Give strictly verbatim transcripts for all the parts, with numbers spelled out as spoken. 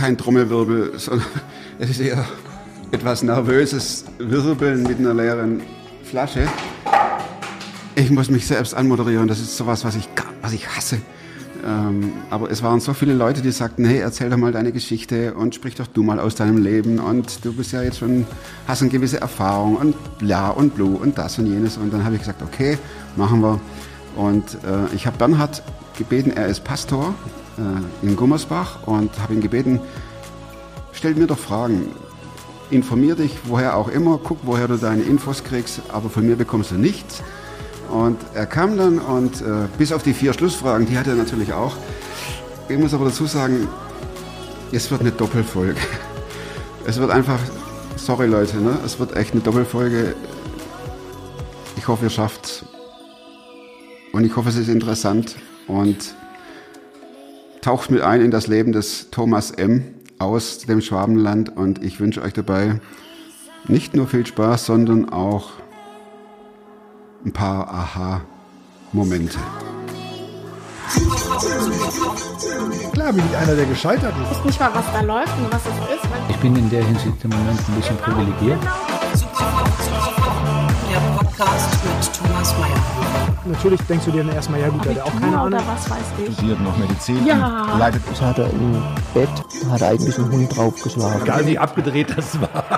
kein Trommelwirbel, sondern es ist eher etwas nervöses Wirbeln mit einer leeren Flasche. Ich muss mich selbst anmoderieren, das ist sowas, was ich, was ich hasse. Ähm, aber es waren so viele Leute, die sagten, hey, erzähl doch mal deine Geschichte und sprich doch du mal aus deinem Leben und du bist ja jetzt schon, hast eine gewisse Erfahrung und bla und blue und das und jenes. Und dann habe ich gesagt, okay, machen wir. Und äh, ich habe Bernhard gebeten, er ist Pastor äh, in Gummersbach und habe ihn gebeten, stell mir doch Fragen. Informier dich, woher auch immer, guck, woher du deine Infos kriegst, aber von mir bekommst du nichts. Und er kam dann und äh, bis auf die vier Schlussfragen, die hat er natürlich auch. Ich muss aber dazu sagen, es wird eine Doppelfolge. Es wird einfach, sorry Leute, ne? Es wird echt eine Doppelfolge. Ich hoffe, ihr schafft's. Und ich hoffe, es ist interessant und taucht mit ein in das Leben des Thomas M. aus dem Schwabenland. Und ich wünsche euch dabei nicht nur viel Spaß, sondern auch ein paar Aha-Momente. Klar bin ich einer, der gescheitert ist. Ich weiß nicht mal, was da läuft und was es ist. Ich bin in der Hinsicht im Moment ein bisschen privilegiert. Der Podcast mit Thomas Mayer. Natürlich denkst du dir dann erstmal, ja gut, der hat auch keine Ahnung. Oder was weiß ich. Studiert noch Medizin. Ja. Leidet. Das hat er im Bett, hat er eigentlich einen Hund draufgeschlagen. Egal wie abgedreht das war.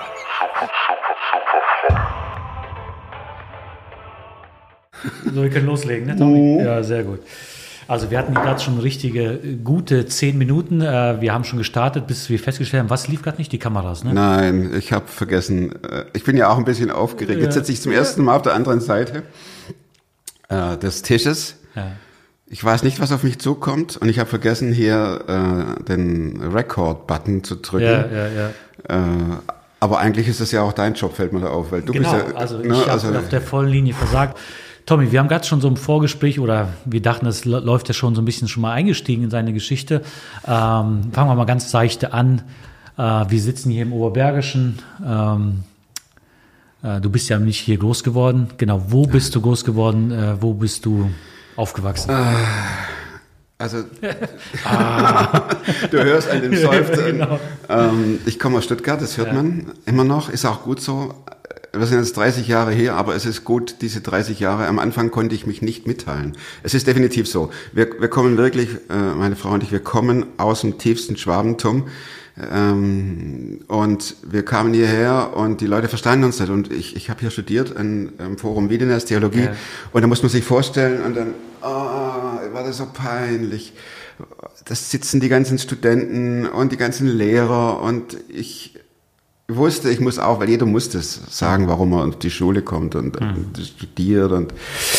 So, wir können loslegen, ne, Tommy? Ja, sehr gut. Also wir hatten gerade schon richtige, gute zehn Minuten. Wir haben schon gestartet, bis wir festgestellt haben, was lief gerade nicht, die Kameras, ne? Nein, ich habe vergessen. Ich bin ja auch ein bisschen aufgeregt. Jetzt sitze ich zum ersten Mal auf der anderen Seite äh, des Tisches. Ja. Ich weiß nicht, was auf mich zukommt und ich habe vergessen, hier äh, den Record-Button zu drücken. Ja, ja, ja. Äh, aber eigentlich ist das ja auch dein Job, fällt mir da auf. Weil du Genau, bist ja, also ich ne, habe also, auf der vollen Linie versagt. Tommy, wir haben gerade schon so im Vorgespräch oder wir dachten, es läuft ja schon so ein bisschen schon mal eingestiegen in seine Geschichte. Ähm, fangen wir mal ganz seichte an. Äh, wir sitzen hier im Oberbergischen. Ähm, äh, du bist ja nicht hier groß geworden. Genau, wo bist du groß geworden? Äh, wo bist du aufgewachsen? Äh, also, ah. Du hörst an den Seufzer. Genau. Ähm, ich komme aus Stuttgart, das hört ja. man immer noch, ist auch gut so. Wir sind jetzt dreißig Jahre her, aber es ist gut, diese dreißig Jahre. Am Anfang konnte ich mich nicht mitteilen. Es ist definitiv so. Wir, wir kommen wirklich, äh, meine Frau und ich, wir kommen aus dem tiefsten Schwabentum. Ähm, und wir kamen hierher und die Leute verstanden uns nicht. Und ich, ich habe hier studiert an, am Forum Wiedenes Theologie. Ja. Und da muss man sich vorstellen und dann, oh, war das so peinlich. Das sitzen die ganzen Studenten und die ganzen Lehrer und ich wusste, ich muss auch, weil jeder muss das sagen, warum er auf die Schule kommt und, mhm. und studiert. Und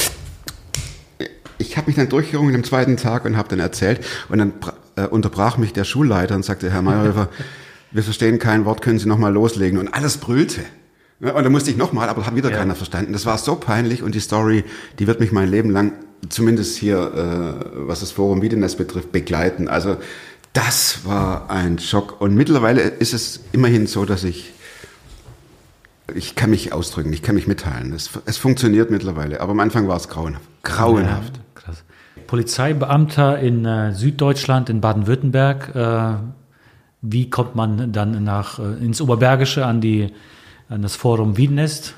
ich habe mich dann durchgerungen am zweiten Tag und habe dann erzählt. Und dann äh, unterbrach mich der Schulleiter und sagte, Herr Mayerhofer, wir verstehen kein Wort, können Sie nochmal loslegen? Und alles brüllte. Und dann musste ich nochmal, aber hat wieder ja. keiner verstanden. Das war so peinlich und die Story, die wird mich mein Leben lang, zumindest hier, äh, was das Forum Wiedenes betrifft, begleiten. Also das war ein Schock. Und mittlerweile ist es immerhin so, dass ich, ich kann mich ausdrücken, ich kann mich mitteilen. Es, es funktioniert mittlerweile. Aber am Anfang war es grauenhaft. Grauenhaft. Ja, krass. Polizeibeamter in äh, Süddeutschland, in Baden-Württemberg. Äh, wie kommt man dann nach, äh, ins Oberbergische an, die, an das Forum Wiedenest?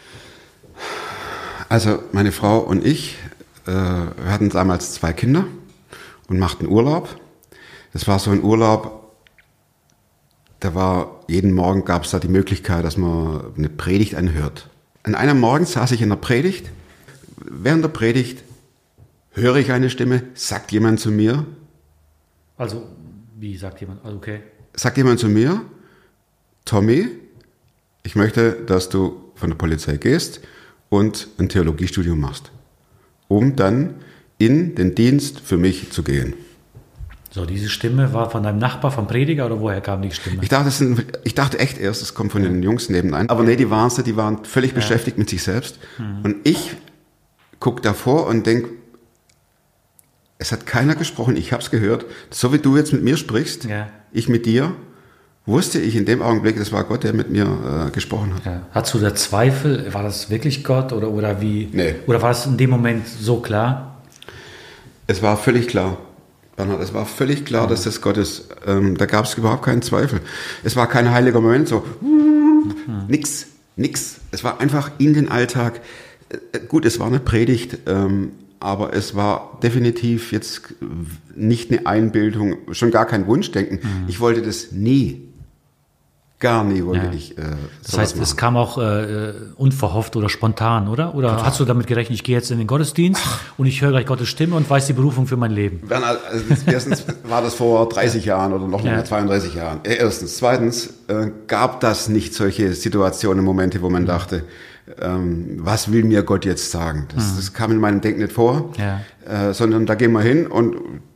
Also meine Frau und ich, äh, wir hatten damals zwei Kinder und machten Urlaub. Das war so ein Urlaub, da war, jeden Morgen gab es da die Möglichkeit, dass man eine Predigt anhört. An einem Morgen saß ich in der Predigt. Während der Predigt höre ich eine Stimme, sagt jemand zu mir. Also, wie sagt jemand? Also, okay. Sagt jemand zu mir, Tommy, ich möchte, dass du von der Polizei gehst und ein Theologiestudium machst, um dann in den Dienst für mich zu gehen. So, diese Stimme war von deinem Nachbar, vom Prediger, oder woher kam die Stimme? Ich dachte, das sind, ich dachte echt erst, es kommt von den Jungs nebenan. Aber nee, die waren es nicht, die waren völlig ja. beschäftigt mit sich selbst. Mhm. Und ich gucke davor und denke, es hat keiner gesprochen, ich habe es gehört. So wie du jetzt mit mir sprichst, ja. ich mit dir, wusste ich in dem Augenblick, das war Gott, der mit mir äh, gesprochen hat. Ja. Hattest du da Zweifel? War das wirklich Gott oder, oder wie? Nee. Oder war es in dem Moment so klar? Es war völlig klar. Bernhard, es war völlig klar, dass das Gott ist. Ähm, da gab es überhaupt keinen Zweifel. Es war kein heiliger Moment, so mhm. nix, nix. Es war einfach in den Alltag. Äh, gut, es war eine Predigt, ähm, aber es war definitiv jetzt nicht eine Einbildung, schon gar kein Wunschdenken. Mhm. Ich wollte das nie. Gar nie wollte ja. ich. Äh, das heißt, machen. Es kam auch äh, unverhofft oder spontan, oder? Oder Total. Hast du damit gerechnet, ich gehe jetzt in den Gottesdienst und ich höre gleich Gottes Stimme und weiß die Berufung für mein Leben? Also erstens war das vor dreißig Jahren oder noch ja. mehr, zweiunddreißig Jahren. Erstens. Zweitens äh, gab das nicht solche Situationen, Momente, wo man mhm. dachte, ähm, was will mir Gott jetzt sagen? Das, mhm. das kam in meinem Denken nicht vor, ja. äh, sondern da gehen wir hin und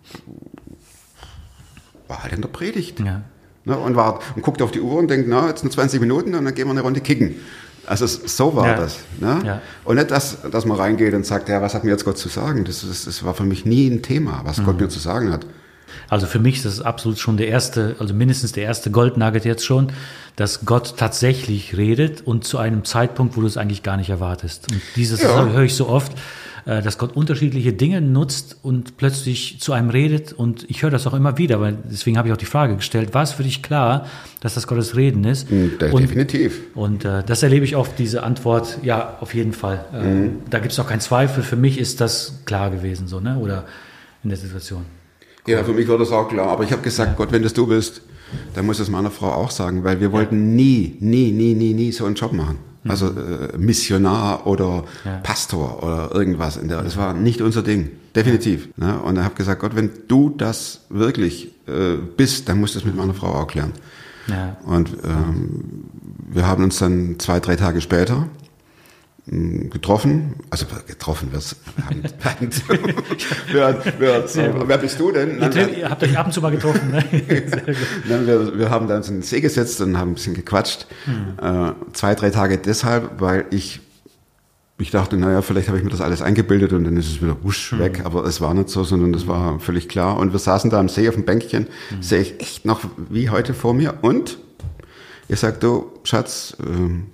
war halt in der Predigt. Ja. Ne, und, war, und guckt auf die Uhr und denkt, na, jetzt nur zwanzig Minuten und dann gehen wir eine Runde kicken. Also so war ja. das. Ne? Ja. Und nicht, dass, dass man reingeht und sagt, ja, was hat mir jetzt Gott zu sagen? Das, das, das war für mich nie ein Thema, was mhm. Gott mir zu sagen hat. Also für mich ist das absolut schon der erste, also mindestens der erste Goldnugget jetzt schon, dass Gott tatsächlich redet und zu einem Zeitpunkt, wo du es eigentlich gar nicht erwartest. Und dieses ja. höre ich so oft, dass Gott unterschiedliche Dinge nutzt und plötzlich zu einem redet. Und ich höre das auch immer wieder, weil deswegen habe ich auch die Frage gestellt, war es für dich klar, dass das Gottes Reden ist? Und, definitiv. Und äh, das erlebe ich oft, diese Antwort, ja, auf jeden Fall. Äh, mhm. Da gibt es auch keinen Zweifel. Für mich ist das klar gewesen, so, ne? Oder in der Situation. Cool. Ja, für mich war das auch klar. Aber ich habe gesagt, ja. Gott, wenn das du bist, dann muss das meiner Frau auch sagen, weil wir ja. wollten nie, nie, nie, nie, nie so einen Job machen. Also äh, Missionar oder ja. Pastor oder irgendwas. In der, das war nicht unser Ding, definitiv. Ja. Ne? Und ich habe gesagt, Gott, wenn du das wirklich äh, bist, dann musst du es mit meiner Frau auch klären. Ja. Und ähm, wir haben uns dann zwei, drei Tage später mh, getroffen. Also getroffen, wir haben, wer, wer, wer bist du denn? Ihr, Nein, ihr habt euch ab und zu mal getroffen. Ne? Nein, wir, wir haben dann uns in den See gesetzt und haben ein bisschen gequatscht. Hm. Äh, zwei, drei Tage deshalb, weil ich ich dachte, naja, vielleicht habe ich mir das alles eingebildet und dann ist es wieder wusch hm. weg. Aber es war nicht so, sondern das war völlig klar. Und wir saßen da am See auf dem Bänkchen, hm. sehe ich echt noch wie heute vor mir. Und ihr sagt, du, Schatz, ähm,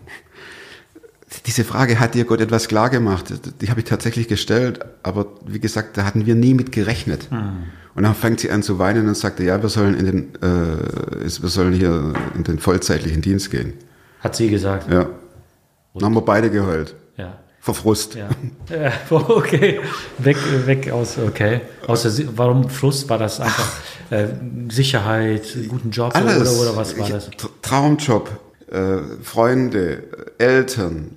diese Frage hat dir Gott etwas klar gemacht. Die habe ich tatsächlich gestellt, aber wie gesagt, da hatten wir nie mit gerechnet. Mhm. Und dann fängt sie an zu weinen und sagte, ja, wir sollen in den, äh, wir sollen hier in den vollzeitlichen Dienst gehen. Hat sie gesagt? Ja. Dann haben wir beide geheult. Ja. Vor Frust. Ja. Ja, okay. Weg, weg aus, okay. Aus der, warum Frust? War das einfach äh, Sicherheit, guten Job Alles. Oder, oder was war das? Traumjob, äh, Freunde, Eltern.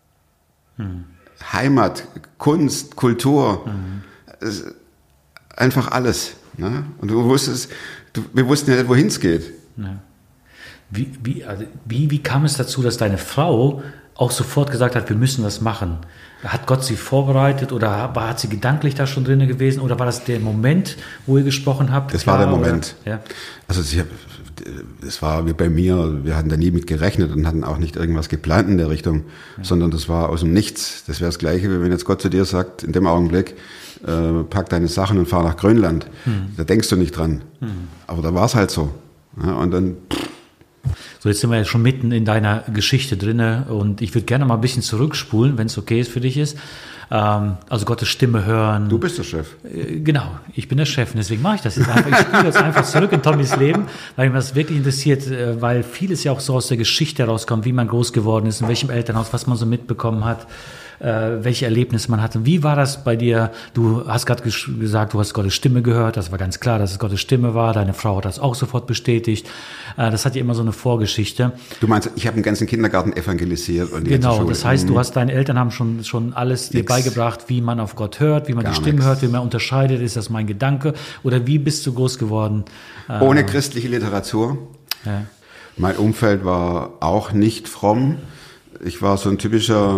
Hm. Heimat, Kunst, Kultur, hm. einfach alles. Ne? Und du wusstest, du, wir wussten ja nicht, wohin es geht. Ja. Wie, wie, also, wie, wie kam es dazu, dass deine Frau auch sofort gesagt hat, wir müssen das machen? Hat Gott sie vorbereitet oder war, hat sie gedanklich da schon drin gewesen oder war das der Moment, wo ihr gesprochen habt? Das war der Moment. Ja? Also sie, es war wie bei mir, wir hatten da nie mit gerechnet und hatten auch nicht irgendwas geplant in der Richtung, ja. sondern das war aus dem Nichts. Das wäre das Gleiche, wie wenn jetzt Gott zu dir sagt, in dem Augenblick, äh, pack deine Sachen und fahr nach Grönland. Hm. Da denkst du nicht dran. Hm. Aber da war es halt so. Ja, und dann... So, jetzt sind wir ja schon mitten in deiner Geschichte drinne und ich würde gerne mal ein bisschen zurückspulen, wenn es okay ist für dich ist. Ähm, also Gottes Stimme hören. Du bist der Chef. Äh, genau, ich bin der Chef und deswegen mache ich das jetzt einfach. Ich spule jetzt einfach zurück in Tommys Leben, weil mich das wirklich interessiert, äh, weil vieles ja auch so aus der Geschichte herauskommt, wie man groß geworden ist, in welchem Elternhaus, was man so mitbekommen hat. Äh, welche Erlebnisse man hatte. Wie war das bei dir? Du hast gerade ges- gesagt, du hast Gottes Stimme gehört. Das war ganz klar, dass es Gottes Stimme war. Deine Frau hat das auch sofort bestätigt. Äh, das hat ja immer so eine Vorgeschichte. Du meinst, ich habe den ganzen Kindergarten evangelisiert. Und genau, das heißt, du hast, deine Eltern haben schon, schon alles dir Nix. beigebracht, wie man auf Gott hört, wie man Gar die Stimme nix. hört, wie man unterscheidet. Ist das mein Gedanke? Oder wie bist du groß geworden? Äh, Ohne christliche Literatur. Ja. Mein Umfeld war auch nicht fromm. Ich war so ein typischer,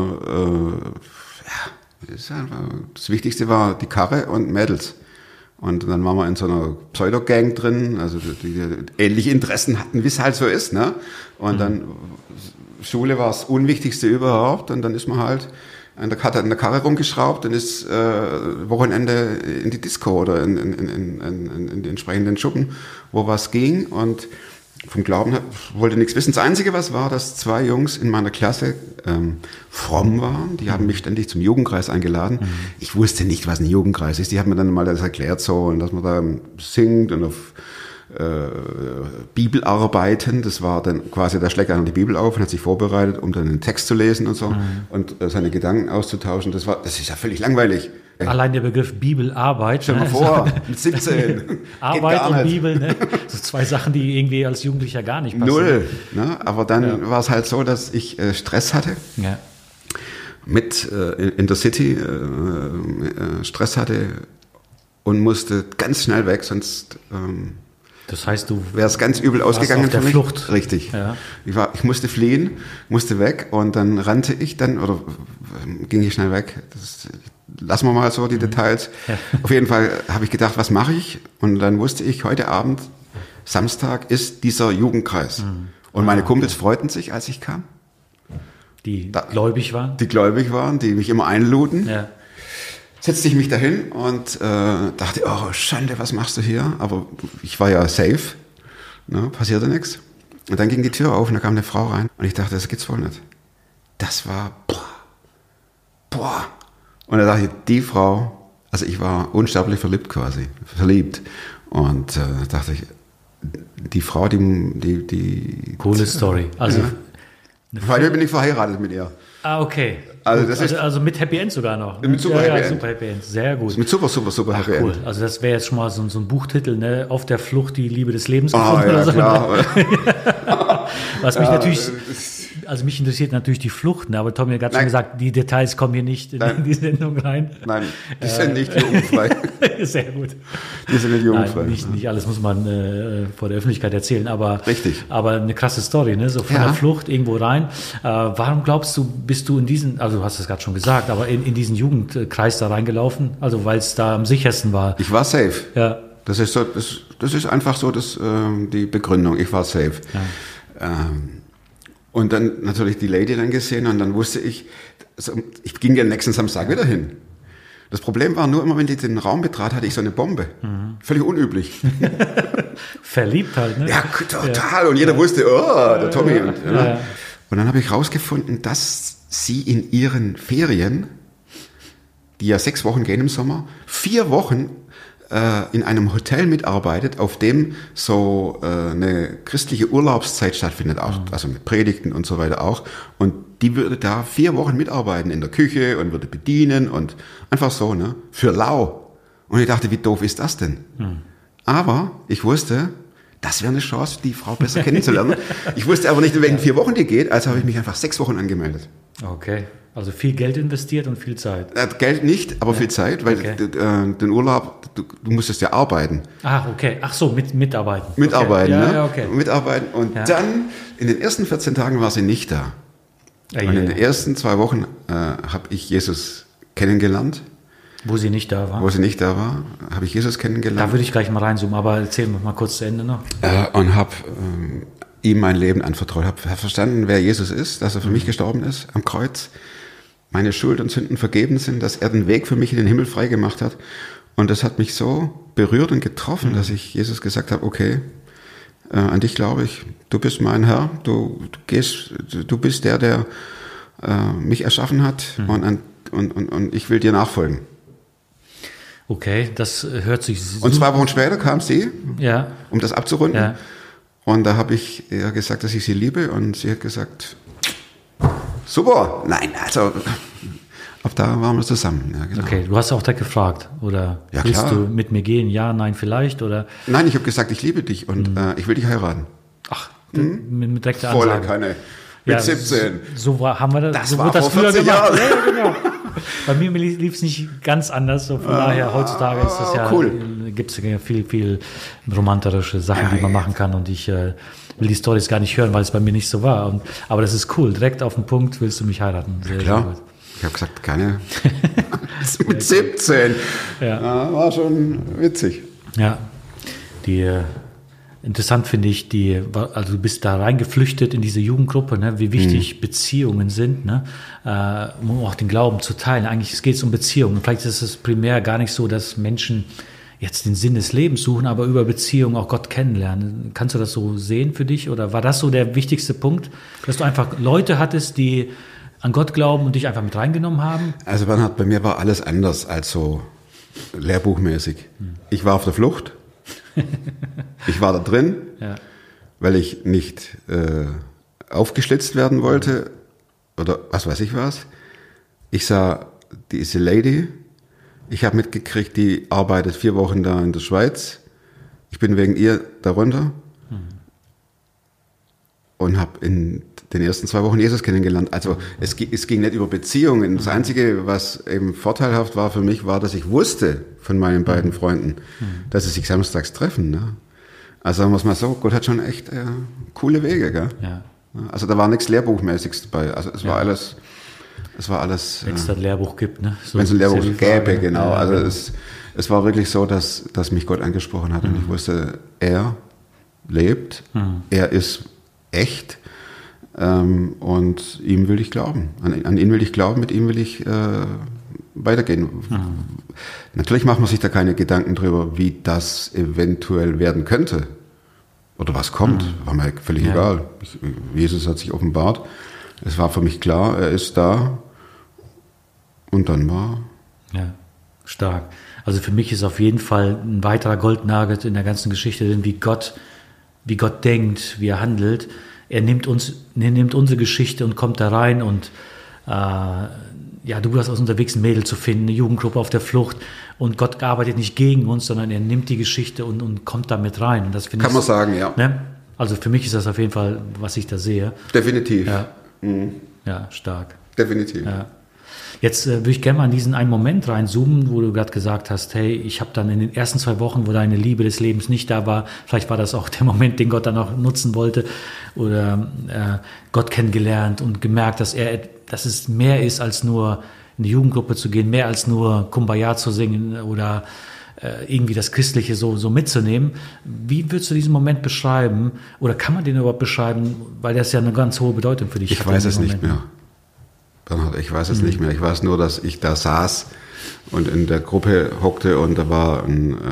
äh, ja, das Wichtigste war die Karre und Mädels. Und dann waren wir in so einer Pseudo-Gang drin, also die, die ähnliche Interessen hatten, wie es halt so ist. Ne? Und mhm. dann, Schule war das Unwichtigste überhaupt und dann ist man halt an der, hat in der Karre rumgeschraubt und ist äh, Wochenende in die Disco oder in, in, in, in, in, in die entsprechenden Schuppen, wo was ging. Und vom Glauben her, wollte nichts wissen. Das Einzige, was war, dass zwei Jungs in meiner Klasse ähm, fromm waren. Die haben mich ständig zum Jugendkreis eingeladen. Mhm. Ich wusste nicht, was ein Jugendkreis ist. Die haben mir dann mal das erklärt so, und dass man da singt und auf äh, Bibelarbeiten. Das war dann quasi, da schlägt einer die Bibel auf und hat sich vorbereitet, um dann einen Text zu lesen und so mhm. und äh, seine Gedanken auszutauschen. Das war, das ist ja völlig langweilig. Allein der Begriff Bibelarbeit. Stell dir mal vor, mit siebzehn. Arbeit und Bibel, ne? So zwei Sachen, die irgendwie als Jugendlicher gar nicht passen. Null. Ne? Aber dann ja. war es halt so, dass ich äh, Stress hatte. Ja. Mit äh, in der City äh, äh, Stress hatte und musste ganz schnell weg, sonst ähm, das heißt, du wäre es ganz übel ausgegangen auf der für mich. Flucht. Richtig. Ja. Ich war, ich musste fliehen, musste weg und dann rannte ich dann oder ging ich schnell weg. Das, lassen wir mal so die Details. Ja. Auf jeden Fall habe ich gedacht, was mache ich? Und dann wusste ich, heute Abend, Samstag, ist dieser Jugendkreis. Mhm. Und meine Kumpels okay. freuten sich, als ich kam. Die da, gläubig waren? Die gläubig waren, die mich immer einluden. Ja. Setzte ich mich dahin und äh, dachte, oh Schande, was machst du hier? Aber ich war ja safe, ne, passierte nichts. Und dann ging die Tür auf und da kam eine Frau rein. Und ich dachte, das gibt's wohl nicht. Das war, boah, boah. Und da dachte ich, die Frau, also ich war unsterblich verliebt quasi, verliebt. Und äh, dachte ich, die Frau, die... die, die Coole Story. Also, ja. Heute bin ich verheiratet mit ihr. Ah, okay. Also, das also, ist, also mit Happy End sogar noch. Mit super, ja, Happy, ja, End. super Happy End. Sehr gut. Mit super, super, super Ach, Happy cool. End. Also das wäre jetzt schon mal so, so ein Buchtitel, ne? Auf der Flucht die Liebe des Lebens gefunden. Ah, ja, oder so. Klar. Was mich ja, natürlich... Also mich interessiert natürlich die Flucht, ne? Aber Tommy hat gerade schon gesagt, die Details kommen hier nicht in Nein. die Sendung rein. Nein, die sind nicht jugendfrei. Sehr gut. Die sind nicht jugendfrei. Nein, nicht, nicht alles muss man äh, vor der Öffentlichkeit erzählen, aber, Richtig. aber eine krasse Story, ne? So von ja. der Flucht irgendwo rein. Äh, warum glaubst du, bist du in diesen, also du hast es gerade schon gesagt, aber in, in diesen Jugendkreis da reingelaufen? Also weil es da am sichersten war. Ich war safe. Ja. Das ist so, das, das ist einfach so das, äh, die Begründung. Ich war safe. Ja. Ähm, Und dann natürlich die Lady dann gesehen und dann wusste ich, also ich ging ja nächsten Samstag wieder hin. Das Problem war nur immer, wenn die den Raum betrat, hatte ich so eine Bombe. Mhm. Völlig unüblich. Verliebt halt, ne? Ja, total. Ja. Und jeder ja. wusste, oh, der Tommy. Und, ja. Ja. und dann habe ich rausgefunden, dass sie in ihren Ferien, die ja sechs Wochen gehen im Sommer, vier Wochen in einem Hotel mitarbeitet, auf dem so äh, eine christliche Urlaubszeit stattfindet, auch, mhm. also mit Predigten und so weiter auch. Und die würde da vier Wochen mitarbeiten in der Küche und würde bedienen und einfach so, ne, für lau. Und ich dachte, wie doof ist das denn? Mhm. Aber ich wusste, das wäre eine Chance, die Frau besser kennenzulernen. Ich wusste aber nicht, in welchen vier Wochen die geht, also habe ich mich einfach sechs Wochen angemeldet. Okay. Also viel Geld investiert und viel Zeit. Äh, Geld nicht, aber ja. viel Zeit, weil okay. äh, den Urlaub, du, du musstest ja arbeiten. Ach, okay. Ach so, mit, mitarbeiten. Mitarbeiten, okay. ne? Ja, ja, okay. Mitarbeiten. Und ja. dann, in den ersten vierzehn Tagen war sie nicht da. Ja, und in ja. den ersten zwei Wochen äh, habe ich Jesus kennengelernt. Wo sie nicht da war? Wo sie nicht da war, habe ich Jesus kennengelernt. Da würde ich gleich mal reinzoomen, aber erzähl mir mal kurz zu Ende noch. Äh, und habe ähm, ihm mein Leben anvertraut. Habe hab verstanden, wer Jesus ist, dass er für mhm. mich gestorben ist am Kreuz. Meine Schuld und Sünden vergeben sind, dass er den Weg für mich in den Himmel frei gemacht hat. Und das hat mich so berührt und getroffen, mhm. dass ich Jesus gesagt habe, okay, äh, an dich glaube ich, du bist mein Herr, du, du gehst, du bist der, der äh, mich erschaffen hat mhm. und, an, und, und, und ich will dir nachfolgen. Okay, das hört sich so. Und zwei Wochen später kam sie, ja. um das abzurunden. Ja. Und da habe ich ihr gesagt, dass ich sie liebe und sie hat gesagt, super, nein, also ab da waren wir zusammen. Ja, genau. Okay, du hast auch da gefragt, oder ja, willst klar. du mit mir gehen? Ja, nein, vielleicht, oder? Nein, ich habe gesagt, ich liebe dich und mhm. äh, ich will dich heiraten. Ach, hm? mit, mit direkter Voll, Ansage. keine. Mit ja, siebzehn. So war, haben wir das, das so war wird das vor früher vierzig gemacht. Jahren. Ja, genau. Bei mir lief es nicht ganz anders, so von ah, daher, heutzutage ist das ja, cool. gibt es ja viel, viel romantische Sachen, ja, die man ja. machen kann und ich äh, will die Storys gar nicht hören, weil es bei mir nicht so war. Und, aber das ist cool, direkt auf den Punkt willst du mich heiraten. Sehr, ja, klar. sehr gut. Ich habe gesagt, keine. Mit siebzehn. Ja. Ja, war schon witzig. Ja, die äh, interessant finde ich, die, also du bist da reingeflüchtet in diese Jugendgruppe, ne, wie wichtig mhm. Beziehungen sind, ne, äh, um auch den Glauben zu teilen. Eigentlich geht es um Beziehungen. Vielleicht ist es primär gar nicht so, dass Menschen jetzt den Sinn des Lebens suchen, aber über Beziehung auch Gott kennenlernen. Kannst du das so sehen für dich? Oder war das so der wichtigste Punkt, dass du einfach Leute hattest, die an Gott glauben und dich einfach mit reingenommen haben? Also Bernhard, bei mir war alles anders als so lehrbuchmäßig. Hm. Ich war auf der Flucht. Ich war da drin, ja. weil ich nicht äh, aufgeschlitzt werden wollte oder was weiß ich was. Ich sah diese Lady, ich habe mitgekriegt, die arbeitet vier Wochen da in der Schweiz. Ich bin wegen ihr da runter mhm. und habe in den ersten zwei Wochen Jesus kennengelernt. Also es, es ging nicht über Beziehungen. Das Einzige, was eben vorteilhaft war für mich, war, dass ich wusste von meinen beiden Freunden, mhm. dass sie sich samstags treffen. Ne? Also sagen wir es mal so, Gott hat schon echt äh, coole Wege. Gell? Ja. Also da war nichts Lehrbuchmäßiges dabei. Also es ja. war alles... Es war alles. Wenn es da ein Lehrbuch gibt, ne? So wenn es ein Lehrbuch gäbe, genau. Ja, also genau. Es, es war wirklich so, dass, dass mich Gott angesprochen hat mhm. und ich wusste, er lebt, mhm. er ist echt ähm, und ihm will ich glauben. An, an ihn will ich glauben, mit ihm will ich äh, weitergehen. Mhm. Natürlich macht man sich da keine Gedanken drüber, wie das eventuell werden könnte oder was kommt. Mhm. War mir völlig ja. egal. Jesus hat sich offenbart. Es war für mich klar, er ist da. Und dann war... Ja, stark. Also für mich ist auf jeden Fall ein weiterer Goldnugget in der ganzen Geschichte, wie Gott, wie Gott denkt, wie er handelt. Er nimmt uns, er nimmt unsere Geschichte und kommt da rein und äh, ja, du warst unterwegs, ein Mädel zu finden, eine Jugendgruppe auf der Flucht und Gott arbeitet nicht gegen uns, sondern er nimmt die Geschichte und, und kommt da mit rein. Und das Kann man sagen, ja. Ne? Also für mich ist das auf jeden Fall, was ich da sehe. Definitiv. Ja, mhm. ja stark. Definitiv. Ja. Jetzt äh, würde ich gerne mal in diesen einen Moment reinzoomen, wo du gerade gesagt hast, hey, ich habe dann in den ersten zwei Wochen, wo deine Liebe des Lebens nicht da war, vielleicht war das auch der Moment, den Gott dann auch nutzen wollte, oder äh, Gott kennengelernt und gemerkt, dass er, dass es mehr ist, als nur in die Jugendgruppe zu gehen, mehr als nur Kumbaya zu singen oder äh, irgendwie das Christliche so, so mitzunehmen. Wie würdest du diesen Moment beschreiben? Oder kann man den überhaupt beschreiben? Weil das ja eine ganz hohe Bedeutung für dich hat. Ich weiß es nicht mehr. Bernhard, ich weiß es mhm. nicht mehr. Ich weiß nur, dass ich da saß und in der Gruppe hockte und da war ein, äh,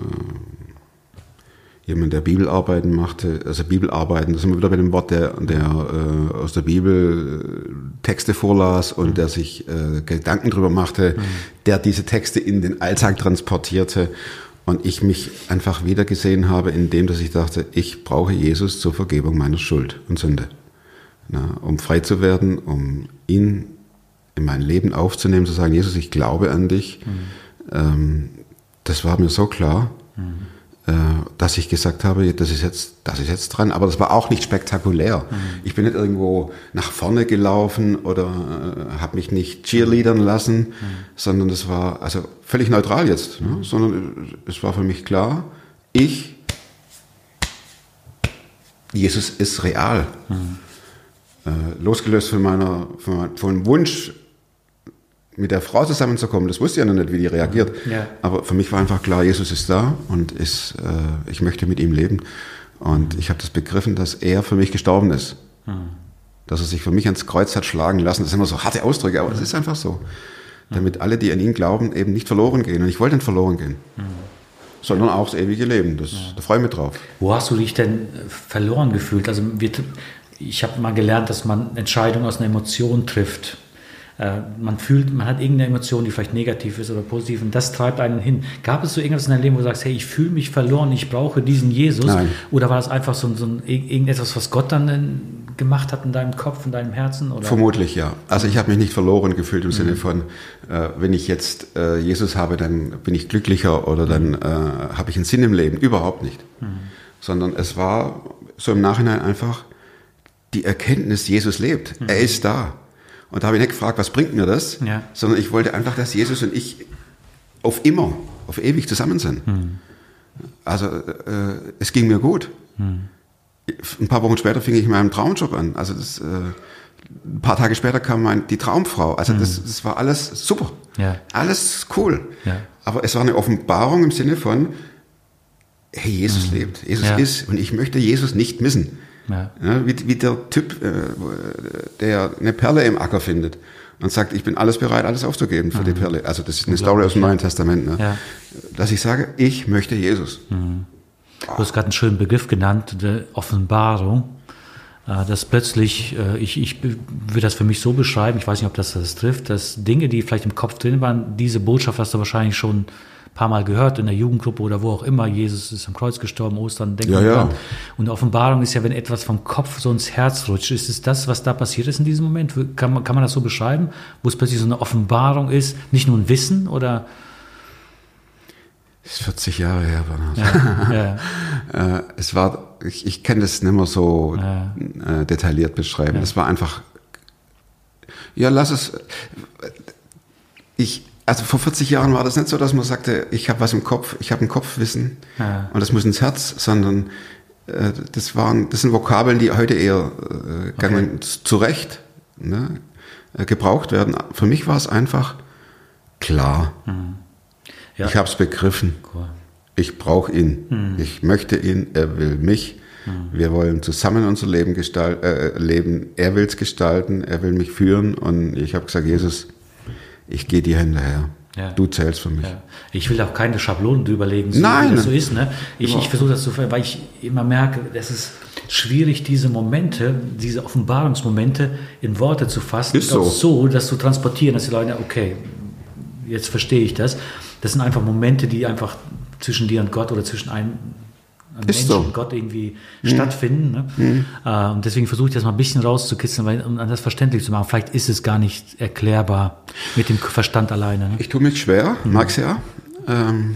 jemand, der Bibelarbeiten machte, also Bibelarbeiten, das sind wir wieder bei dem Wort, der, der äh, aus der Bibel äh, Texte vorlas und mhm. der sich äh, Gedanken drüber machte, mhm. der diese Texte in den Alltag transportierte und ich mich einfach wieder gesehen habe in dem, dass ich dachte, ich brauche Jesus zur Vergebung meiner Schuld und Sünde. Na, um frei zu werden, um ihn in mein Leben aufzunehmen, zu sagen, Jesus, ich glaube an dich. Mhm. Ähm, das war mir so klar, mhm. äh, dass ich gesagt habe, das ist jetzt, das ist jetzt dran. Aber das war auch nicht spektakulär. Mhm. Ich bin nicht irgendwo nach vorne gelaufen oder äh, habe mich nicht cheerleadern lassen, mhm. sondern das war also völlig neutral jetzt. Mhm. Ne? Sondern es war für mich klar, ich, Jesus ist real. Mhm. Äh, losgelöst von meiner, von, von dem Wunsch, mit der Frau zusammenzukommen, das wusste ich ja noch nicht, wie die reagiert. Ja. Aber für mich war einfach klar, Jesus ist da und ist, äh, ich möchte mit ihm leben. Und ich habe das begriffen, dass er für mich gestorben ist. Mhm. Dass er sich für mich ans Kreuz hat schlagen lassen. Das sind immer so harte Ausdrücke, aber es mhm. ist einfach so. Damit alle, die an ihn glauben, eben nicht verloren gehen. Und ich wollte nicht verloren gehen. Mhm. Sondern auch das ewige Leben. Das, ja. Da freue ich mich drauf. Wo hast du dich denn verloren gefühlt? Also wir Ich habe mal gelernt, dass man Entscheidungen aus einer Emotion trifft. Äh, man fühlt, man hat irgendeine Emotion, die vielleicht negativ ist oder positiv und das treibt einen hin. Gab es so irgendwas in deinem Leben, wo du sagst, hey, ich fühle mich verloren, ich brauche diesen Jesus? Nein. Oder war das einfach so, so ein, irgendetwas, was Gott dann in, gemacht hat in deinem Kopf, in deinem Herzen? Oder? Vermutlich, ja. Also ich habe mich nicht verloren gefühlt im mhm. Sinne von, äh, wenn ich jetzt äh, Jesus habe, dann bin ich glücklicher oder dann äh, habe ich einen Sinn im Leben. Überhaupt nicht. Mhm. Sondern es war so im Nachhinein einfach die Erkenntnis, Jesus lebt. Mhm. Er ist da. Und da habe ich nicht gefragt, was bringt mir das? Ja. Sondern ich wollte einfach, dass Jesus und ich auf immer, auf ewig zusammen sind. Mhm. Also äh, es ging mir gut. Mhm. Ein paar Wochen später fing ich in meinem Traumjob an. Also das, äh, ein paar Tage später kam mein, die Traumfrau. Also mhm. das, das war alles super. Ja. Alles cool. Ja. Aber es war eine Offenbarung im Sinne von, hey, Jesus mhm. lebt. Jesus ja. ist. Und ich möchte Jesus nicht missen. Ja. Ja, wie, wie der Typ, äh, der eine Perle im Acker findet und sagt, ich bin alles bereit, alles aufzugeben für mhm. die Perle. Also das ist eine Story aus dem Neuen Testament. Ne? Ja. dass ich sage, ich möchte Jesus. Mhm. Du hast gerade einen schönen Begriff genannt, der Offenbarung. Dass plötzlich, ich, ich würde das für mich so beschreiben, ich weiß nicht, ob das das trifft, dass Dinge, die vielleicht im Kopf drin waren, diese Botschaft hast du wahrscheinlich schon ein paar Mal gehört, in der Jugendgruppe oder wo auch immer, Jesus ist am Kreuz gestorben, Ostern, denken wir ja, ja. dran. Und Offenbarung ist ja, wenn etwas vom Kopf so ins Herz rutscht. Ist es das, was da passiert ist in diesem Moment? Kann man, kann man das so beschreiben? Wo es plötzlich so eine Offenbarung ist, nicht nur ein Wissen oder... Das ist vierzig Jahre her, Bernhard. Ja, ja. äh, es war, ich, ich kann das nicht mehr so Ja. äh, detailliert beschreiben. Ja. Es war einfach, ja, lass es. Ich, also vor vierzig Jahren war das nicht so, dass man sagte, ich habe was im Kopf, ich habe ein Kopfwissen Ja. und das muss ins Herz, sondern äh, das waren, das sind Vokabeln, die heute eher äh, gerne Okay. zu Recht ne, äh, gebraucht werden. Für mich war es einfach klar. Ja. Ich habe es begriffen. Cool. Ich brauche ihn. Hm. Ich möchte ihn. Er will mich. Wir wollen zusammen unser Leben gestalten. Äh, leben. Er will es gestalten. Er will mich führen. Und ich habe gesagt, Jesus, ich gehe dir hinterher. Ja. Du zählst für mich. Ja. Ich will auch keine Schablonen drüberlegen, so Nein. wie das so ist. Ne? Ich, Ja. ich versuche das zu ver- weil ich immer merke, es ist schwierig, diese Momente, diese Offenbarungsmomente in Worte zu fassen. Ist und auch so. so, das zu transportieren, dass die Leute, okay, jetzt verstehe ich das. Das sind einfach Momente, die einfach zwischen dir und Gott oder zwischen einem, einem Ist Menschen so. und Gott irgendwie stattfinden. Ne? Äh, und deswegen versuche ich das mal ein bisschen rauszukitzeln, weil, um das verständlich zu machen. Vielleicht ist es gar nicht erklärbar mit dem Verstand alleine. Ne? Ich tue mich schwer, mag's ja. Ähm,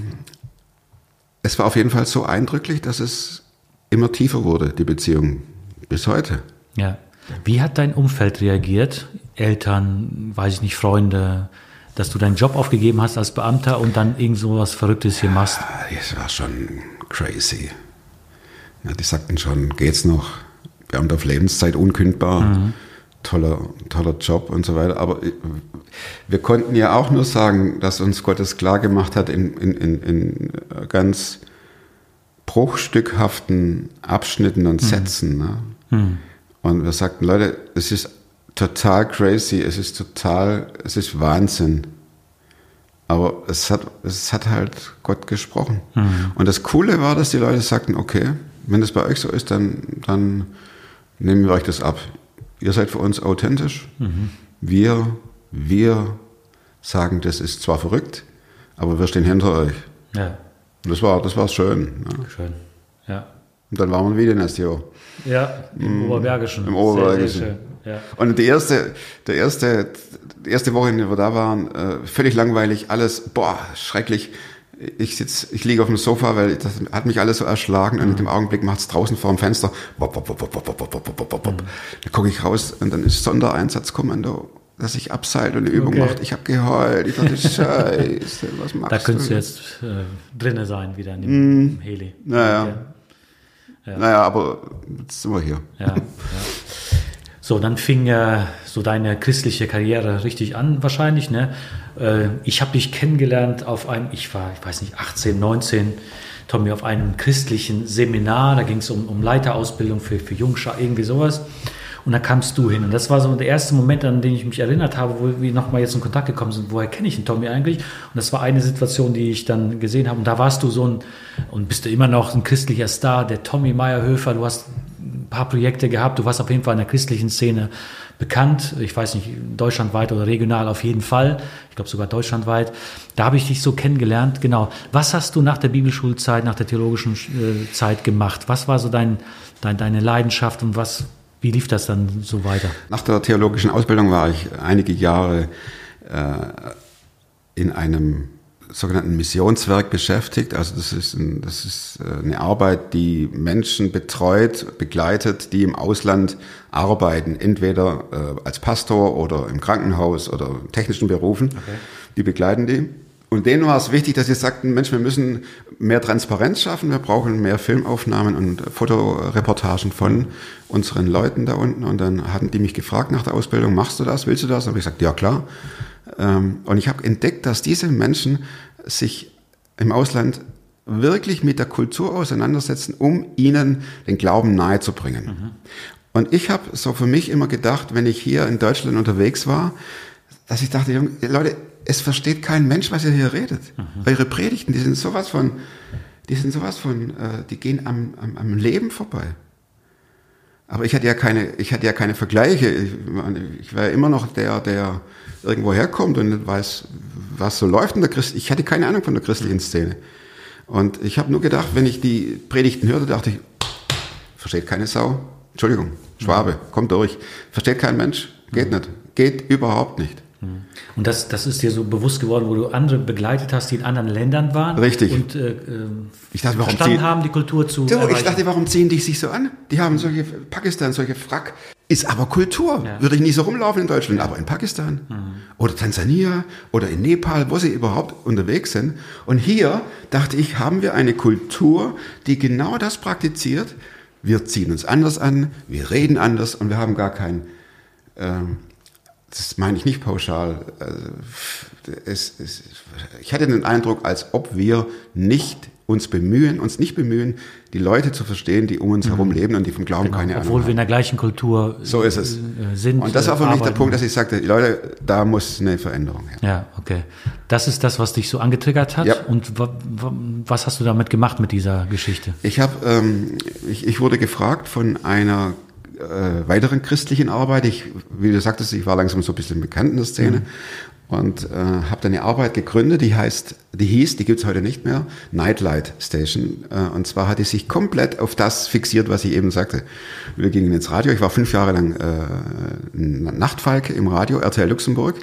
es war auf jeden Fall so eindrücklich, dass es immer tiefer wurde, die Beziehung. Bis heute. Ja. Wie hat dein Umfeld reagiert? Eltern, weiß ich nicht, Freunde, dass du deinen Job aufgegeben hast als Beamter und dann irgend so was Verrücktes hier machst? Das war schon crazy. Ja, die sagten schon, geht's noch? Beamter auf Lebenszeit, unkündbar, Mhm. toller, toller Job und so weiter. Aber wir konnten ja auch nur sagen, dass uns Gottes klar gemacht hat in, in, in, in ganz bruchstückhaften Abschnitten und Sätzen. Ne? Mhm. Und wir sagten, Leute, es ist total crazy, es ist total, es ist Wahnsinn. Aber es hat, es hat halt Gott gesprochen. Mhm. Und das Coole war, dass die Leute sagten, okay, wenn das bei euch so ist, dann, dann nehmen wir euch das ab. Ihr seid für uns authentisch. Mhm. Wir, wir sagen, das ist zwar verrückt, aber wir stehen hinter euch. Ja, Und das war, das war schön. Ne? schön. Ja, Und dann waren wir wieder nächstes Jahr. ja im Oberbergischen. Im Oberbergischen. Sehr, sehr schön. Ja. Und die erste, der erste, die erste Woche, in der wir da waren, äh, völlig langweilig, alles, boah, schrecklich. Ich sitz, ich liege auf dem Sofa, weil das hat mich alles so erschlagen. Und in dem Augenblick macht es draußen vor dem Fenster. Bop, bop, bop, bop, bop, bop, bop, bop, bop. Da gucke ich raus und dann ist Sondereinsatzkommando, dass sich abseilt und eine Übung Okay. macht. Ich habe geheult. Ich dachte, Scheiße, was machst Da du? könntest du jetzt äh, drinne sein wieder in dem mm. Heli. Naja. Okay. Ja. Naja, aber jetzt sind wir hier. Ja, ja. So, dann fing äh, so deine christliche Karriere richtig an wahrscheinlich. Ne? Äh, ich habe dich kennengelernt auf einem, ich war, ich weiß nicht, achtzehn, neunzehn, Tommy, auf einem christlichen Seminar. Da ging es um, um Leiterausbildung für, für Jungschar, irgendwie sowas. Und da kamst du hin. Und das war so der erste Moment, an den ich mich erinnert habe, wo wir nochmal jetzt in Kontakt gekommen sind. Woher kenne ich den Tommy eigentlich? Und das war eine Situation, die ich dann gesehen habe. Und da warst du so ein, und bist du immer noch ein christlicher Star, der Tommy Meyerhöfer. Du hast ein paar Projekte gehabt. Du warst auf jeden Fall in der christlichen Szene bekannt. Ich weiß nicht, deutschlandweit oder regional auf jeden Fall. Ich glaube sogar deutschlandweit. Da habe ich dich so kennengelernt. Genau. Was hast du nach der Bibelschulzeit, nach der theologischen äh, Zeit gemacht? Was war so dein, dein, deine Leidenschaft und was... Wie lief das dann so weiter? Nach der theologischen Ausbildung war ich einige Jahre äh, in einem sogenannten Missionswerk beschäftigt. Also das ist, ein, das ist eine Arbeit, die Menschen betreut, begleitet, die im Ausland arbeiten, entweder äh, als Pastor oder im Krankenhaus oder in technischen Berufen. Okay. Die begleiten die. Und denen war es wichtig, dass sie sagten, Mensch, wir müssen mehr Transparenz schaffen, wir brauchen mehr Filmaufnahmen und Fotoreportagen von unseren Leuten da unten. Und dann hatten die mich gefragt nach der Ausbildung, machst du das, willst du das? Und habe ich gesagt, ja klar. Und ich habe entdeckt, dass diese Menschen sich im Ausland wirklich mit der Kultur auseinandersetzen, um ihnen den Glauben nahezubringen. Mhm. Und ich habe so für mich immer gedacht, wenn ich hier in Deutschland unterwegs war, dass ich dachte, Junge, Leute, es versteht kein Mensch, was ihr hier redet. Mhm. Eure Predigten, die sind sowas von, die sind sowas von, äh, die gehen am, am, am Leben vorbei. Aber ich hatte ja keine, ich hatte ja keine Vergleiche. Ich, ich war ja immer noch der, der irgendwo herkommt und nicht weiß, was so läuft in der Christ. Ich hatte keine Ahnung von der christlichen Szene. Und ich habe nur gedacht, wenn ich die Predigten hörte, dachte ich, versteht keine Sau. Entschuldigung, Schwabe, kommt durch. Versteht kein Mensch, geht nicht. Geht überhaupt nicht. Und das, das ist dir so bewusst geworden, wo du andere begleitet hast, die in anderen Ländern waren. Richtig. Und äh, ich dachte, warum verstanden ziehen, haben, die Kultur zu du, erreichen. Ich dachte, warum ziehen die sich so an? Die haben solche, Pakistan, solche Frack. Ist aber Kultur. Ja. Würde ich nie so rumlaufen in Deutschland, aber in Pakistan mhm. oder Tansania oder in Nepal, wo sie überhaupt unterwegs sind. Und hier, dachte ich, haben wir eine Kultur, die genau das praktiziert. Wir ziehen uns anders an, wir reden anders und wir haben gar kein... Ähm, das meine ich nicht pauschal. Es, es, ich hatte den Eindruck, als ob wir nicht uns bemühen, uns nicht bemühen, die Leute zu verstehen, die um uns herum leben und die vom Glauben genau, keine Ahnung obwohl haben. wir in der gleichen Kultur so ist es. sind. Und das war für arbeiten. mich der Punkt, dass ich sagte, Leute, da muss eine Veränderung her. Ja, okay. Das ist das, was dich so angetriggert hat. Ja. Und wa- wa- was hast du damit gemacht mit dieser Geschichte? Ich habe, ähm, ich, ich wurde gefragt von einer äh, weiteren christlichen Arbeit. Ich, wie du sagtest, ich war langsam so ein bisschen bekannt in der Szene. Mhm. Und äh, habe dann eine Arbeit gegründet, die heißt, die hieß, die gibt's heute nicht mehr, Nightlight Station. Äh, und zwar hat die sich komplett auf das fixiert, was ich eben sagte. Wir gingen ins Radio. Ich war fünf Jahre lang äh, Nachtfalke im Radio, R T L Luxemburg.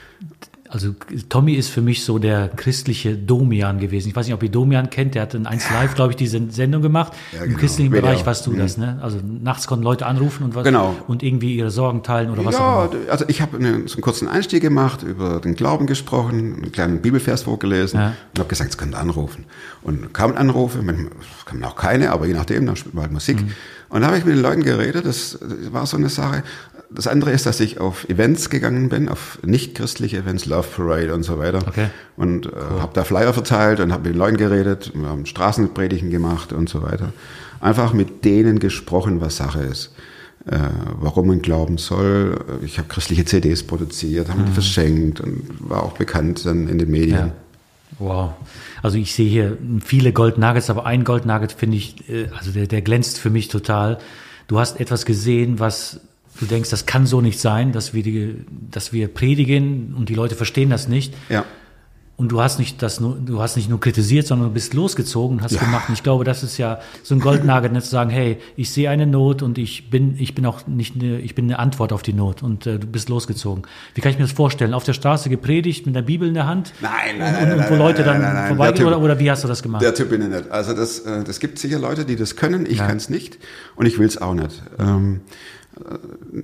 Also Tommy ist für mich so der christliche Domian gewesen. Ich weiß nicht, ob ihr Domian kennt, der hat in eins Live, glaube ich, diese Sendung gemacht. Ja, Im genau. christlichen Video. Bereich warst du Mhm. das, ne? Also nachts konnten Leute anrufen und was Genau. und irgendwie ihre Sorgen teilen oder was Ja, auch immer. also ich habe einen, so einen kurzen Einstieg gemacht, über den Glauben gesprochen, einen kleinen Bibelvers vorgelesen Ja. und habe gesagt, es könnt ihr anrufen. Und kamen Anrufe, manchmal kamen auch keine, aber je nachdem, dann spielt man halt Musik. Mhm. Und da habe ich mit den Leuten geredet, das war so eine Sache. Das andere ist, dass ich auf Events gegangen bin, auf nicht-christliche Events, Love Parade und so weiter. Okay. Und äh, cool. habe da Flyer verteilt und habe mit den Leuten geredet, wir haben Straßenpredigen gemacht und so weiter. Einfach mit denen gesprochen, was Sache ist. Äh, warum man glauben soll. Ich habe christliche C Ds produziert, haben mhm. die verschenkt und war auch bekannt dann in den Medien. Ja. Wow. Also ich sehe hier viele Gold Nuggets, aber ein Gold Nugget finde ich, also der, der glänzt für mich total. Du hast etwas gesehen, was du denkst, das kann so nicht sein, dass wir die, dass wir predigen und die Leute verstehen das nicht. Ja. Und du hast nicht das nur, du hast nicht nur kritisiert, sondern du bist losgezogen und hast Ja. gemacht. Und ich glaube, das ist ja so ein Goldnugget, nicht zu sagen, hey, ich sehe eine Not und ich bin, ich bin auch nicht eine, ich bin eine Antwort auf die Not und äh, du bist losgezogen. Wie kann ich mir das vorstellen? Auf der Straße gepredigt mit der Bibel in der Hand? Nein, nein, und, nein, und, nein, und wo nein, Leute nein, dann nein, nein, vorbeigehen der oder, Typ- oder wie hast du das gemacht? Der Typ bin ich nicht. Also das, äh, das gibt sicher Leute, die das können. Ich Ja. kann es nicht und ich will es auch nicht. Ähm, äh,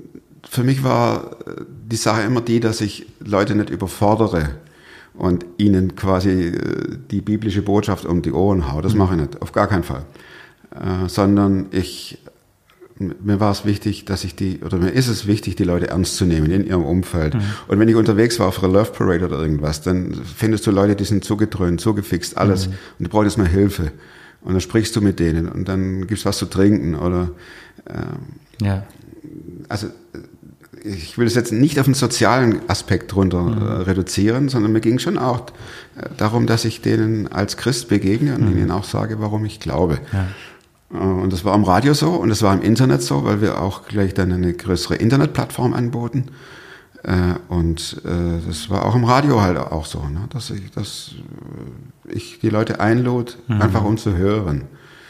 für mich war äh, die Sache immer die, dass ich Leute nicht überfordere und ihnen quasi äh, die biblische Botschaft um die Ohren haue. Das Mhm. mache ich nicht, auf gar keinen Fall. Äh, sondern ich, mir war es wichtig, dass ich die, oder mir ist es wichtig, die Leute ernst zu nehmen in ihrem Umfeld. Mhm. Und wenn ich unterwegs war auf einer Love Parade oder irgendwas, dann findest du Leute, die sind zugedröhnt, zugefixt, alles. Mhm. Und du brauchst jetzt mal Hilfe. Und dann sprichst du mit denen und dann gibst was zu trinken oder, ähm, Ja. also, ich will es jetzt nicht auf den sozialen Aspekt runter mhm. äh, reduzieren, sondern mir ging schon auch äh, darum, dass ich denen als Christ begegne und mhm. ihnen auch sage, warum ich glaube. Ja. Äh, und das war am Radio so und das war im Internet so, weil wir auch gleich dann eine größere Internetplattform anboten. Äh, und äh, das war auch im Radio halt auch so, ne? dass ich, dass äh, ich die Leute einlud, mhm. einfach um zu hören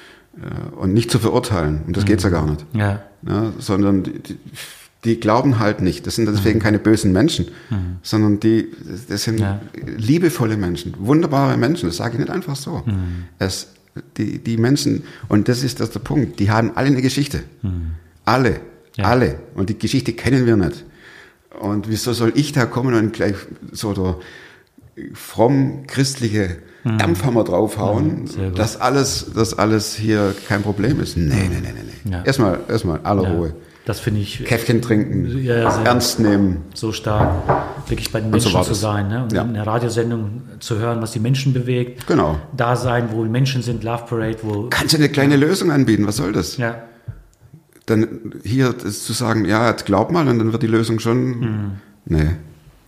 äh, und nicht zu verurteilen. Und das mhm. geht's ja gar nicht. Ja. Ne? Sondern die, die Die glauben halt nicht. Das sind deswegen keine bösen Menschen, mhm. sondern die, das sind ja. liebevolle Menschen, wunderbare Menschen. Das sage ich nicht einfach so. Mhm. Es, die, die Menschen, und das ist das der Punkt, die haben alle eine Geschichte. Mhm. Alle, ja. alle. Und die Geschichte kennen wir nicht. Und wieso soll ich da kommen und gleich so der fromm christliche mhm. Dampfhammer draufhauen, mhm, dass alles, dass alles hier kein Problem ist? Nee, nee, nee, nee. nee. Ja. Erstmal, erstmal, aller ja. Ruhe. Das finde ich. Käffchen trinken, ja, ja, ernst nehmen. So stark, wirklich bei den Menschen so zu sein. Ne? Und ja. in der Radiosendung zu hören, was die Menschen bewegt. Genau. Da sein, wo Menschen sind, Love Parade, wo. Kannst du eine kleine ja. Lösung anbieten, was soll das? Ja. Dann hier das zu sagen, ja, jetzt glaub mal, und dann wird die Lösung schon. Mhm. Nee.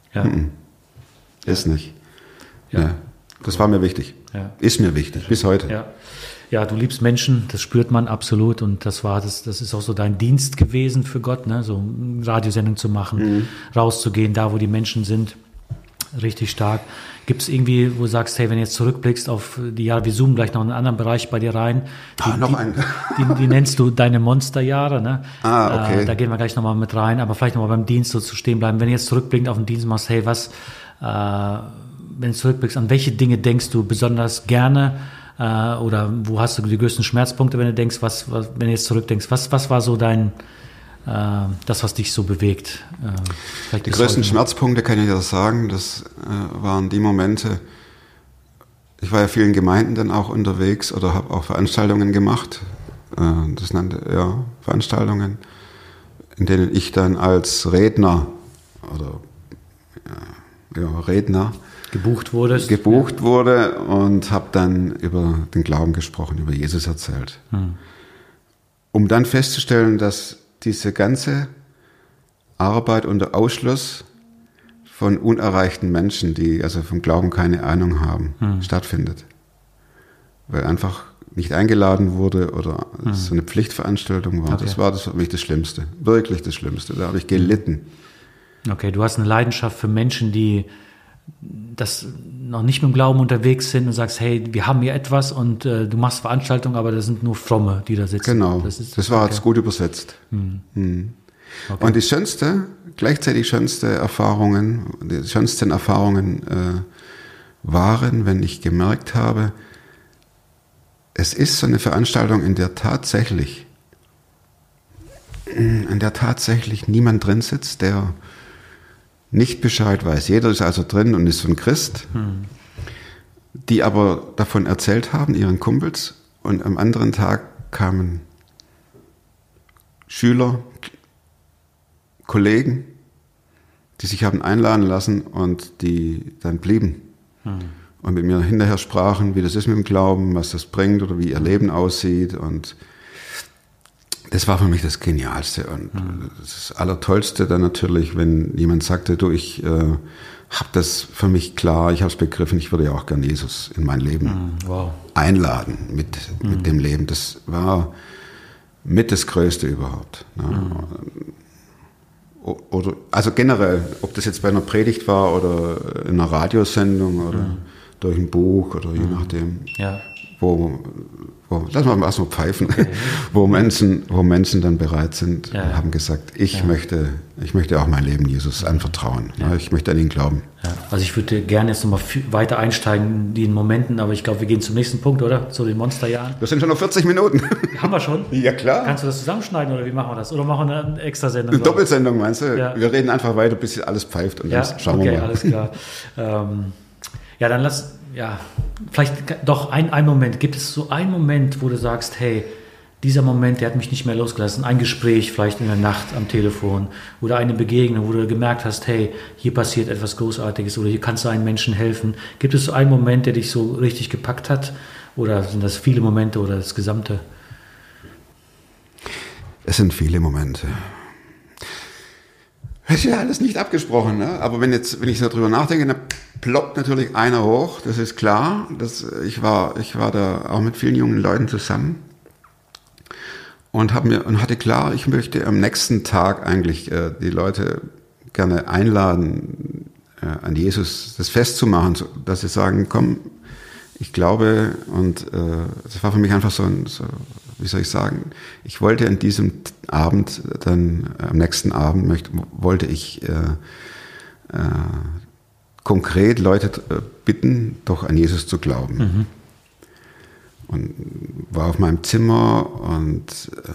Ja. Mhm. Ist nicht. Ja. Ja. Das war mir wichtig. Ja. Ist mir wichtig, bis heute. Ja. Ja, du liebst Menschen, das spürt man absolut und das war das, das ist auch so dein Dienst gewesen für Gott, ne? So eine Radiosendung zu machen, mhm. rauszugehen, da wo die Menschen sind, richtig stark. Gibt es irgendwie, wo du sagst, hey, wenn du jetzt zurückblickst auf die Jahre, wir zoomen gleich noch in einen anderen Bereich bei dir rein. Die, ah, noch die, einen. Die, die nennst du deine Monsterjahre, ne? Ah, okay. Äh, da gehen wir gleich nochmal mit rein, aber vielleicht nochmal beim Dienst so zu stehen bleiben. Wenn du jetzt zurückblickend auf den Dienst machst, hey, was, äh, wenn du zurückblickst, an welche Dinge denkst du besonders gerne? Oder wo hast du die größten Schmerzpunkte, wenn du denkst, was, was wenn du jetzt zurückdenkst, was, was war so dein, äh, das, was dich so bewegt? Äh, die größten Schmerzpunkte kann ich dir sagen, das äh, waren die Momente, ich war ja vielen Gemeinden dann auch unterwegs oder habe auch Veranstaltungen gemacht, äh, das nannte, ja, Veranstaltungen, in denen ich dann als Redner oder ja, ja, Redner gebucht wurdest. Gebucht ja. wurde und habe dann über den Glauben gesprochen, über Jesus erzählt. Hm. Um dann festzustellen, dass diese ganze Arbeit unter Ausschluss von unerreichten Menschen, die also vom Glauben keine Ahnung haben, hm. stattfindet. Weil einfach nicht eingeladen wurde oder hm. so eine Pflichtveranstaltung war. Okay. Das war das für mich das Schlimmste. Wirklich das Schlimmste. Da habe ich gelitten. Okay, du hast eine Leidenschaft für Menschen, die das noch nicht mit dem Glauben unterwegs sind und sagst, hey, wir haben hier etwas und äh, du machst Veranstaltungen, aber das sind nur Fromme, die da sitzen. Genau, das, ist, das war okay. jetzt gut übersetzt. Hm. Hm. Okay. Und die schönste, gleichzeitig schönste Erfahrungen, die schönsten Erfahrungen äh, waren, wenn ich gemerkt habe, es ist so eine Veranstaltung, in der tatsächlich, in der tatsächlich niemand drin sitzt, der nicht Bescheid weiß. Jeder ist also drin und ist so ein Christ, hm. die aber davon erzählt haben, ihren Kumpels, und am anderen Tag kamen Schüler, Kollegen, die sich haben einladen lassen und die dann blieben hm. und mit mir hinterher sprachen, wie das ist mit dem Glauben, was das bringt oder wie ihr Leben aussieht, und das war für mich das Genialste und mhm. das Allertollste dann natürlich, wenn jemand sagte, du, ich äh, habe das für mich klar, ich habe es begriffen, ich würde ja auch gern Jesus in mein Leben mhm. wow. einladen mit, mhm. mit dem Leben. Das war mit das Größte überhaupt. Ne? Mhm. Oder, also generell, ob das jetzt bei einer Predigt war oder in einer Radiosendung oder mhm. durch ein Buch oder je nachdem. Ja. Wo, wo, lass mal erstmal pfeifen, okay. wo Menschen, wo Menschen dann bereit sind ja. und haben gesagt, ich ja. möchte, ich möchte auch mein Leben Jesus anvertrauen. Ja. Ich möchte an ihn glauben. Ja. Also ich würde gerne jetzt nochmal weiter einsteigen in den Momenten, aber ich glaube, wir gehen zum nächsten Punkt, oder? Zu den Monsterjahren. Wir sind schon noch vierzig Minuten. Haben wir schon? Ja, klar. Kannst du das zusammenschneiden oder wie machen wir das? Oder machen wir eine Extrasendung? Eine Doppelsendung, meinst du? Ja. Wir reden einfach weiter, bis alles pfeift und ja? dann schauen okay, wir mal. Alles klar. ähm, ja, dann lass... Ja, vielleicht doch ein, ein Moment. Gibt es so einen Moment, wo du sagst, hey, dieser Moment, der hat mich nicht mehr losgelassen. Ein Gespräch vielleicht in der Nacht am Telefon oder eine Begegnung, wo du gemerkt hast, hey, hier passiert etwas Großartiges oder hier kannst du einem Menschen helfen. Gibt es so einen Moment, der dich so richtig gepackt hat? Oder sind das viele Momente oder das Gesamte? Es sind viele Momente. Das ist ja alles nicht abgesprochen, ne? Aber wenn jetzt, wenn ich so drüber nachdenke, dann ploppt natürlich einer hoch, das ist klar. Das, ich war, ich war da auch mit vielen jungen Leuten zusammen und habe mir und hatte klar, ich möchte am nächsten Tag eigentlich äh, die Leute gerne einladen, äh, an Jesus das festzumachen, so, dass sie sagen, komm, ich glaube, und äh, das war für mich einfach so ein, so, wie soll ich sagen, ich wollte an diesem Abend, dann am nächsten Abend, möchte, wollte ich äh, äh, konkret Leute äh, bitten, doch an Jesus zu glauben. Mhm. Und war auf meinem Zimmer und äh,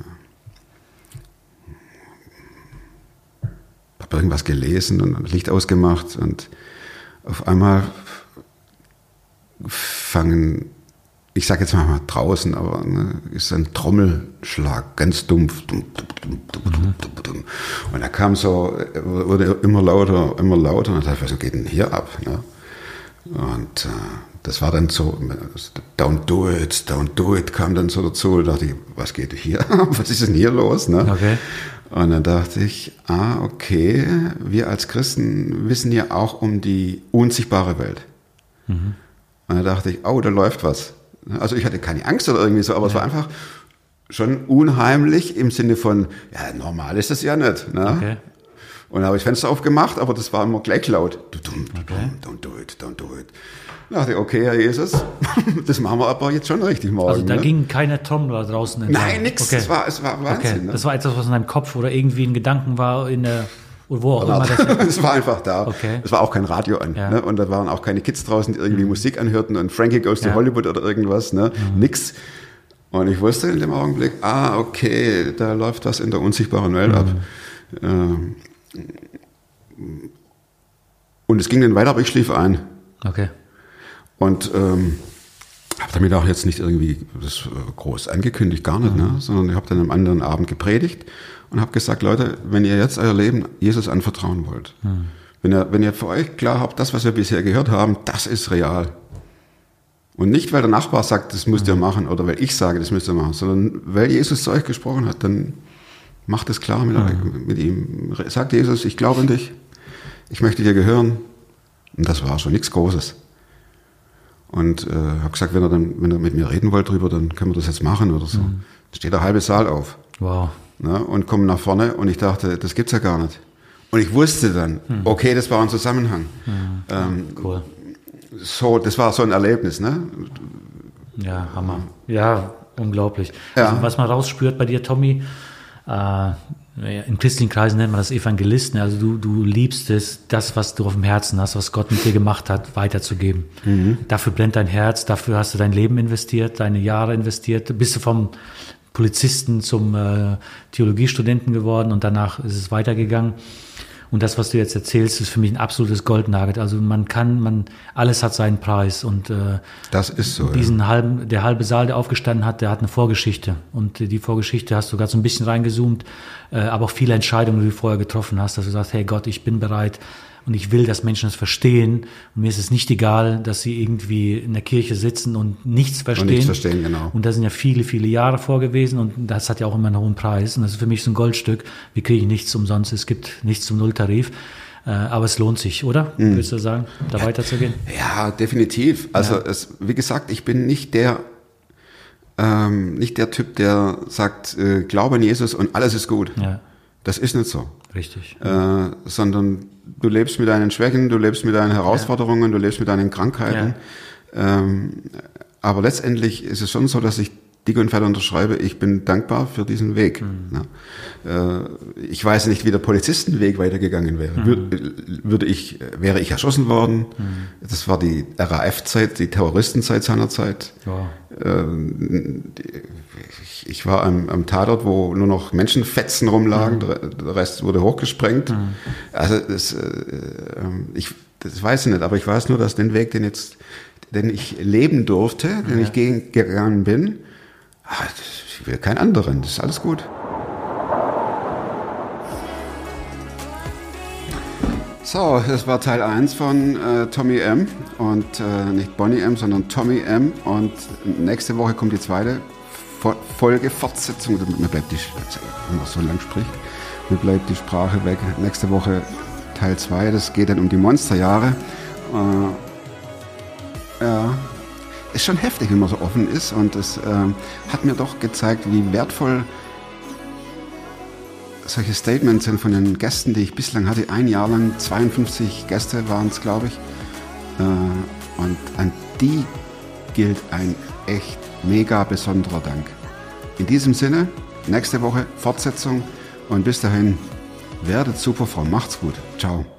habe irgendwas gelesen und Licht ausgemacht und auf einmal fangen, ich sage jetzt mal draußen, aber ne, ist ein Trommelschlag, ganz dumpf. Dum, dum, dum, dum, dum, dum. Und er kam so, wurde immer lauter, immer lauter. Und ich dachte, was geht denn hier ab? Ne? Und äh, das war dann so, don't do it, don't do it, kam dann so dazu. Da dachte ich, was geht hier? Was ist denn hier los? Ne? Okay. Und dann dachte ich, ah, okay, wir als Christen wissen ja auch um die unsichtbare Welt. Mhm. Und dann dachte ich, oh, da läuft was. Also ich hatte keine Angst oder irgendwie so, aber ja. es war einfach schon unheimlich im Sinne von, ja, normal ist das ja nicht. Ne? Okay. Und dann habe ich Fenster aufgemacht, aber das war immer gleich laut. Okay. Don't do it, don't do it. Da dachte ich, okay, Herr Jesus, das machen wir aber jetzt schon richtig morgen. Also da ne? ging keine Trommel draußen entlang? Nein, nix. Okay. Es war, es war Wahnsinn. Okay. Ne? Das war etwas, was in deinem Kopf oder irgendwie ein Gedanken war in der, oder wo auch immer. Das es war einfach da. Okay. Es war auch kein Radio an. Ja. Ne? Und da waren auch keine Kids draußen, die irgendwie mhm. Musik anhörten und Frankie Goes to ja. Hollywood oder irgendwas. Ne? Mhm. Nix. Und ich wusste in dem Augenblick, ah, okay, da läuft was in der unsichtbaren Welt mhm. ab. Ähm, und es ging dann weiter, aber ich schlief ein. Okay. Und ähm, habe damit auch jetzt nicht irgendwie das groß angekündigt, gar nicht, mhm. ne? Sondern ich habe dann am anderen Abend gepredigt und habe gesagt, Leute, wenn ihr jetzt euer Leben Jesus anvertrauen wollt, mhm. wenn ihr, wenn ihr für euch klar habt, das, was wir bisher gehört haben, das ist real. Und nicht, weil der Nachbar sagt, das müsst ihr machen, oder weil ich sage, das müsst ihr machen, sondern weil Jesus zu euch gesprochen hat, dann macht es klar mit, mhm. mit ihm. Sagt Jesus, ich glaube an dich, ich möchte dir gehören. Und das war schon nichts Großes. Und äh, habe gesagt, wenn ihr dann, wenn ihr mit mir reden wollt drüber, dann können wir das jetzt machen oder so. Mhm. Da steht der halbe Saal auf. Wow. Ne, und kommen nach vorne und ich dachte, das gibt's ja gar nicht. Und ich wusste dann, mhm. okay, das war ein Zusammenhang. Mhm. Ähm, cool. So, das war so ein Erlebnis, ne? Ja, Hammer. Ja, unglaublich. Ja. Also, was man rausspürt bei dir, Tommy, äh, in christlichen Kreisen nennt man das Evangelisten. Also du, du liebst es, das, was du auf dem Herzen hast, was Gott mit dir gemacht hat, weiterzugeben. Mhm. Dafür brennt dein Herz, dafür hast du dein Leben investiert, deine Jahre investiert. Bist du vom Polizisten zum äh, Theologiestudenten geworden und danach ist es weitergegangen. Und das, was du jetzt erzählst, ist für mich ein absolutes Goldnugget. Also man kann, man, alles hat seinen Preis. Und äh, das ist so. Diesen ja. halben, der halbe Saal, der aufgestanden hat, der hat eine Vorgeschichte. Und die Vorgeschichte hast du gerade so ein bisschen reingezoomt, äh, aber auch viele Entscheidungen, die du vorher getroffen hast, dass du sagst, hey Gott, ich bin bereit und ich will, dass Menschen es verstehen. Und mir ist es nicht egal, dass sie irgendwie in der Kirche sitzen und nichts verstehen. Und nichts verstehen, genau. Und da sind ja viele, viele Jahre vor gewesen und das hat ja auch immer einen hohen Preis. Und das ist für mich so ein Goldstück. Wir kriegen nichts umsonst, es gibt nichts zum Nulltarif. Äh, aber es lohnt sich, oder? Mhm. Würdest du sagen, da ja. weiterzugehen? Ja, definitiv. Also ja. es, wie gesagt, ich bin nicht der, ähm, nicht der Typ, der sagt, äh, glaube an Jesus und alles ist gut. Ja. Das ist nicht so. Richtig. Äh, sondern du lebst mit deinen Schwächen, du lebst mit deinen Herausforderungen, ja. du lebst mit deinen Krankheiten. Ja. Ähm, aber letztendlich ist es schon so, dass ich dick und fett unterschreibe, ich bin dankbar für diesen Weg. Mhm. Ja. Äh, ich weiß nicht, wie der Polizistenweg weitergegangen wäre. Mhm. Würde, würde ich, wäre ich erschossen worden. Mhm. Das war die R A F-Zeit, die Terroristenzeit seinerzeit. Wow. Äh, ich, ich war am, am Tatort, wo nur noch Menschenfetzen rumlagen, mhm. der Rest wurde hochgesprengt. Mhm. Also das, äh, ich, das weiß ich nicht, aber ich weiß nur, dass den Weg, den jetzt, den ich leben durfte, den ja. ich gegen, gegangen bin, ich will keinen anderen, das ist alles gut. So, das war Teil eins von äh, Tommy M. Und äh, nicht Bonnie M., sondern Tommy M. Und nächste Woche kommt die zweite Folge, Fortsetzung. Mir bleibt die, wenn man so lang spricht, mir bleibt die Sprache weg. Nächste Woche Teil zwei, das geht dann um die Monsterjahre. Äh, ja. Ist schon heftig, wenn man so offen ist und es ähm, hat mir doch gezeigt, wie wertvoll solche Statements sind von den Gästen, die ich bislang hatte. Ein Jahr lang, zweiundfünfzig Gäste waren es, glaube ich. Äh, und an die gilt ein echt mega besonderer Dank. In diesem Sinne, nächste Woche Fortsetzung und bis dahin, werdet super Frau. Macht's gut. Ciao.